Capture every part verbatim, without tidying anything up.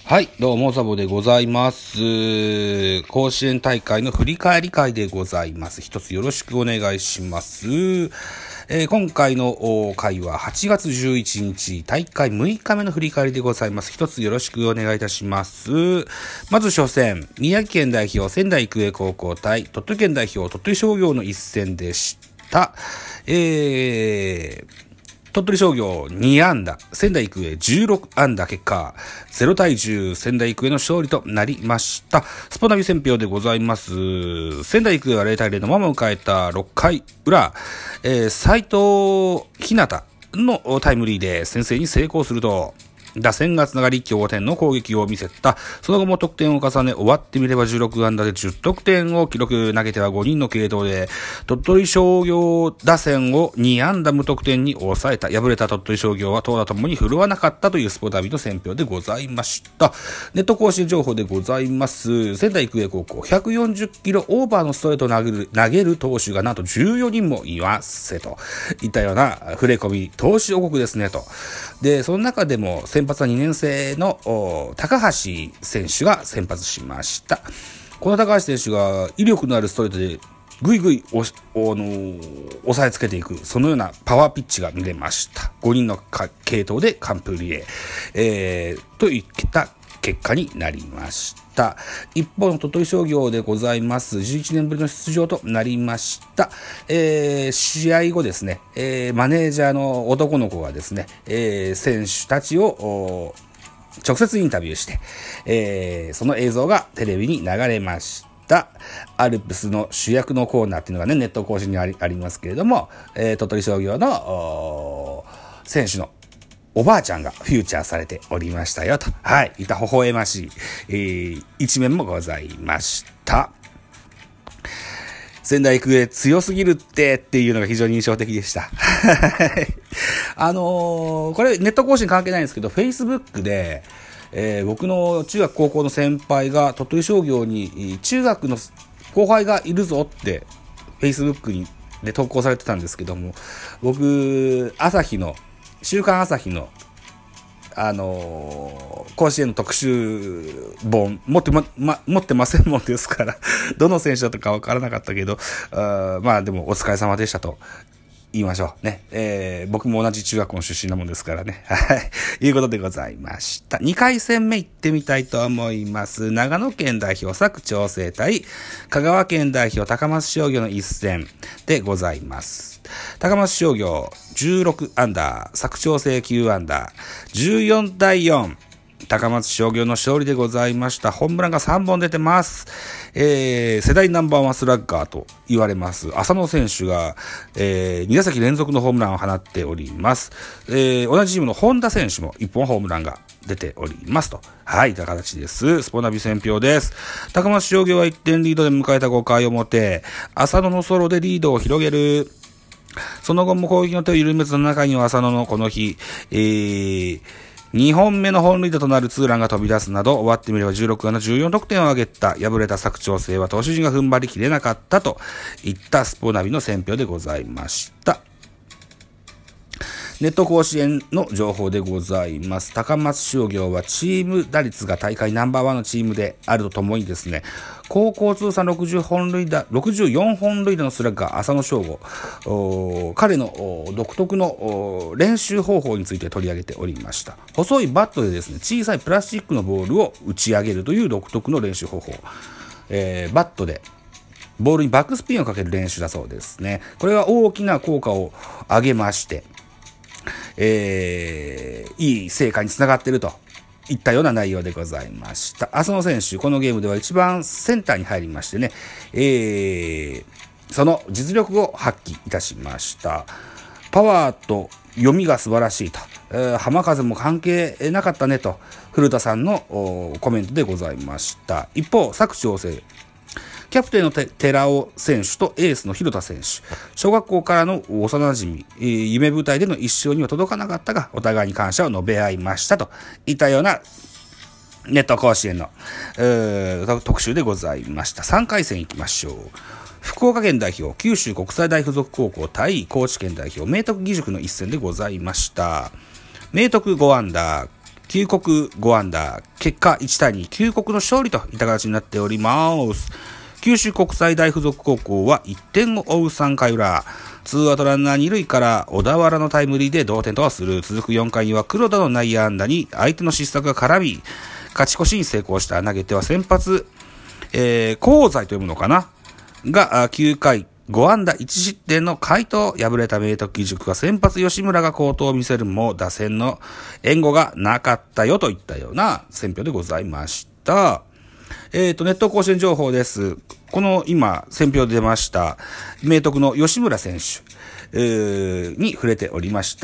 はい、どうも、ザボでございます。甲子園大会の振り返り会でございます。一つよろしくお願いします。えー、今回の会ははちがつじゅういちにち、大会むいかめの振り返りでございます。一つよろしくお願いいたします。まず初戦、宮城県代表、仙台育英高校対鳥取県代表、鳥取商業の一戦でした。えー、鳥取商業にあんだ、仙台育英じゅうろくあんだ、結果ゼロたいじゅう、仙台育英の勝利となりました。スポナビ選評でございます。仙台育英はゼロたいゼロのまま迎えたろっかい裏、えー、斉藤ひなたのタイムリーで先制に成功すると、打線がつながり強点の攻撃を見せた。その後も得点を重ね、終わってみればじゅうろくあんだでじゅっとくてんを記録。投げてはごにんの継投で鳥取商業打線をにあんだ無得点に抑えた。敗れた鳥取商業は投打ともに振るわなかったというスポダビの選評でございました。ネット更新情報でございます。仙台育英高校ひゃくよんじゅっキロオーバーのストレートを投げる投げる投手がなんとじゅうよにんもいますせといったような触れ込み投手王国ですねと。でその中でも先発はにねんせいの高橋選手が先発しました。この高橋選手が威力のあるストレートでぐいぐい押さえつけていく、そのようなパワーピッチが見れました。ごにんの継投で完封リレー、えー、といった結果になりました。一方の鳥取商業でございます。じゅういちねんぶりの出場となりました。えー、試合後ですね、えー、マネージャーの男の子がですね、えー、選手たちを直接インタビューして、えー、その映像がテレビに流れました。アルプスの主役のコーナーっていうのがね、ネット更新にあり、ありますけれども、えー、鳥取商業の選手のおばあちゃんがフューチャーされておりましたよと。はい。いた微笑ましい、えー、一面もございました。仙台育英強すぎるってっていうのが非常に印象的でした。あのー、これネット更新関係ないんですけど、Facebook で、えー、僕の中学高校の先輩が鳥取商業に中学の後輩がいるぞって Facebook にで投稿されてたんですけども、僕、朝日の週刊朝日のあのー、甲子園の特集本持ってま、ま、持ってませんもんですからどの選手だったかわからなかったけど、あまあでもお疲れ様でしたと言いましょうね。えー、僕も同じ中学校の出身なもんですからね。はい。いうことでございました。にかい戦目行ってみたいと思います。長野県代表佐久長聖対香川県代表高松商業の一戦でございます。高松商業じゅうろくアンダー、佐久長聖きゅうアンダー、じゅうよんたいよん。高松商業の勝利でございました。ホームランがさんぼん出てます。えー、世代ナンバーワンスラッガーと言われます浅野選手が、えー、にだせき連続のホームランを放っております。えー、同じチームの本田選手もいっぽんホームランが出ておりますと。はい、いった形です。スポナビ選評です。高松商業はいってんリードで迎えたごかい表、浅野のソロでリードを広げる。その後も攻撃の手を緩めずの中には浅野のこの日、えー、にほんめの本塁打となるツーランが飛び出すなど、終わってみればじゅうろくあんだじゅうよんとくてんを挙げた。敗れた佐久長聖は投手陣が踏ん張りきれなかったといったスポナビの選評でございました。ネット甲子園の情報でございます。高松商業はチーム打率が大会ナンバーワンのチームであるとともにですね、高校通算ろくじゅうほんるいだ、ろくじゅうよんほんるいだのスラッガー浅野翔吾、彼の独特の練習方法について取り上げておりました。細いバットでですね、小さいプラスチックのボールを打ち上げるという独特の練習方法、えー、バットでボールにバックスピンをかける練習だそうですね。これは大きな効果を上げまして、えー、いい成果につながっているといったような内容でございました。浅野選手、このゲームでは一番センターに入りましてね、えー、その実力を発揮いたしました。パワーと読みが素晴らしいと、えー、浜風も関係なかったねと古田さんのコメントでございました。一方、佐久長聖、キャプテンの寺尾選手とエースの広田選手、小学校からの幼馴染、えー、夢舞台での一勝には届かなかったが、お互いに感謝を述べ合いましたといったようなネット甲子園の、えー、特集でございました。さんかい戦行きましょう。福岡県代表、九州国際大付属高校対高知県代表、明徳義塾の一戦でございました。明徳ごアンダー、 きゅう国ご安打、結果いちたいに、きゅう国の勝利といった形になっております。九州国際大付属高校はいってんを追うさんかい裏、ツーアウトランナーに塁から小田原のタイムリーで同点とはする。続くよんかいには黒田の内野安打に相手の失策が絡み、勝ち越しに成功した。投げては先発、えー、香西というものかながきゅうかいご安打いち失点の快投。敗れた明徳義塾は先発吉村が好投を見せるも打線の援護がなかったよといったような選評でございました。えっと、ネット甲子園情報です。この今、選評で出ました、明徳の吉村選手、えー、に触れておりました。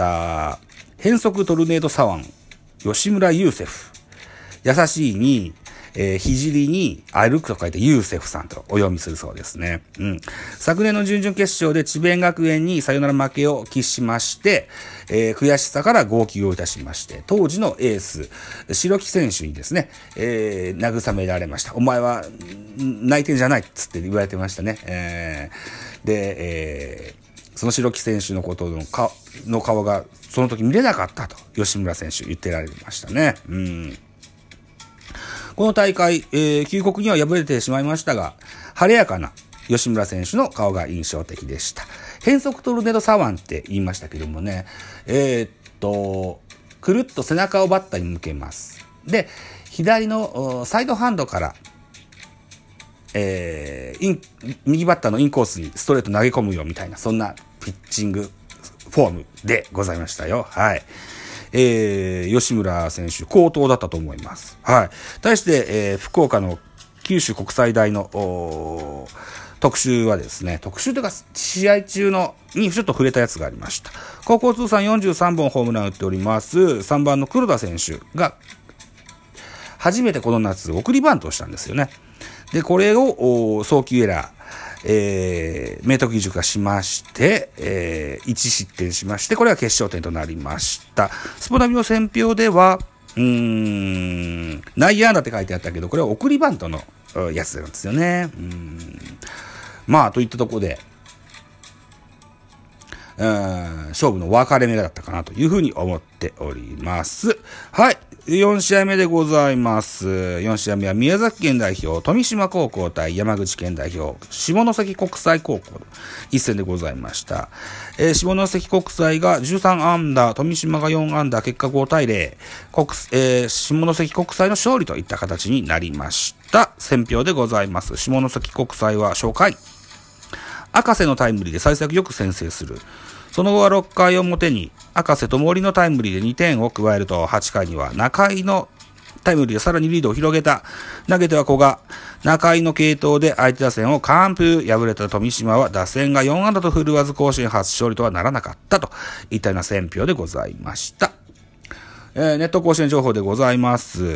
変則トルネード左腕、吉村ユーセフ。優しいに、えー、ひじりに歩くと書いてユーセフさんとお読みするそうですね。うん。昨年の準々決勝で智弁学園にサヨナラ負けを喫しまして、えー、悔しさから号泣をいたしまして、当時のエース、白木選手にですね、えー、慰められました。お前は内定じゃないっつって言われてましたね。えー、で、えー、その白木選手のことの顔、の顔がその時見れなかったと吉村選手言ってられましたね。うん。この大会、えー、きゅう国には敗れてしまいましたが、晴れやかな吉村選手の顔が印象的でした。変則トルネード左腕って言いましたけどもね、えー、っと、くるっと背中をバッターに向けます。で、左のサイドハンドから、えー、イン右バッターのインコースにストレート投げ込むよみたいな、そんなピッチングフォームでございましたよ。はい。えー、吉村選手、好投だったと思います。はい。対して、えー、福岡の九州国際大の特集はですね、特集というか、試合中のにちょっと触れたやつがありました。高校通算よんじゅうさんぼんホームラン打っております、さんばんの黒田選手が、初めてこの夏、送りバントをしたんですよね。で、これを送球エラー、えー、明徳義塾がしまして、えー、いち失点しまして、これが決勝点となりました。スポナビの選評では、うーん、内野安打って書いてあったけど、これは送りバントのやつなんですよね。うーん、まあ、といったところで、うん、勝負の分かれ目だったかなというふうに思っております。はい。よん試合目でございます。よん試合目は宮崎県代表、富島高校対山口県代表、下関国際高校の一戦でございました。えー、下関国際がじゅうさんアンダー、富島がよんアンダー、結果ごたいゼロ、国えー、下関国際の勝利といった形になりました。選評でございます。下関国際は初回、赤瀬のタイムリーで幸先よく先制する。その後はろっかい表に赤瀬と森のタイムリーでにてんを加えると、はちかいには中井のタイムリーでさらにリードを広げた。投げては古賀、中井の継投で相手打線を完封。敗れた富島は打線がよんアンダーと振るわず甲子園初勝利とはならなかったといったような選評でございました。えー、ネット甲子園情報でございます。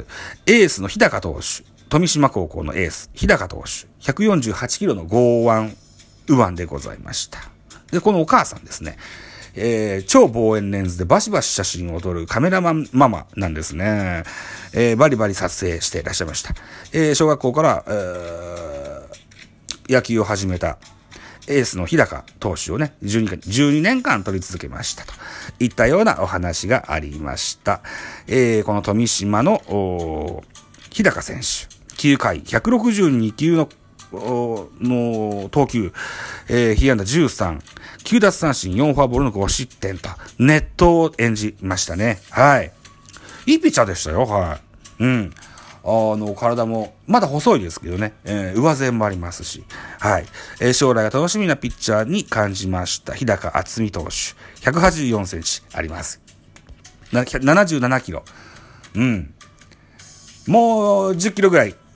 エースの日高投手、富島高校のエース日高投手、ひゃくよんじゅうはちキロの剛腕右腕でございました。で、このお母さんですね、えー、超望遠レンズでバシバシ写真を撮るカメラマンママなんですね。えー、バリバリ撮影していらっしゃいました。えー、小学校から、えー、野球を始めたエースの日高投手をね、じゅうに、じゅうにねんかん撮り続けましたといったようなお話がありました。えー、この富島の日高選手、きゅうかいひゃくろくじゅうにきゅうのの投球、えー、被安打じゅうさん、きゅう奪三振、よんフォアボールのご失点と、ネットを演じましたね。はい。いいピッチャーでしたよ。はい。うん。あの、体も、まだ細いですけどね、えー、上背もありますし、はい。えー、将来が楽しみなピッチャーに感じました。日高厚美投手、ひゃくはちじゅうよんセンチあります。ななじゅうななキロ。うん。もうじゅっキロぐらい。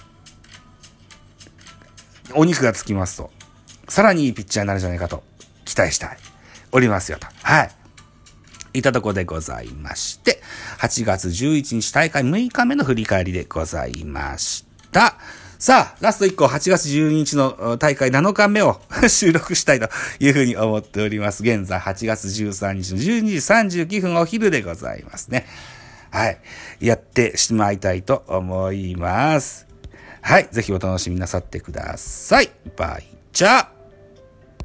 お肉がつきますと、さらにいいピッチャーになるんじゃないかと期待したいおりますよと。はい。いったところでございまして、はちがつじゅういちにち大会むいかめの振り返りでございました。さあ、ラストいっこ、はちがつじゅうににちの大会なのかめを収録したいというふうに思っております。現在はちがつじゅうさんにちのじゅうにじさんじゅうきゅうふんお昼でございますね。はい。やってしまいたいと思います。はい。ぜひお楽しみなさってください。バイチャー。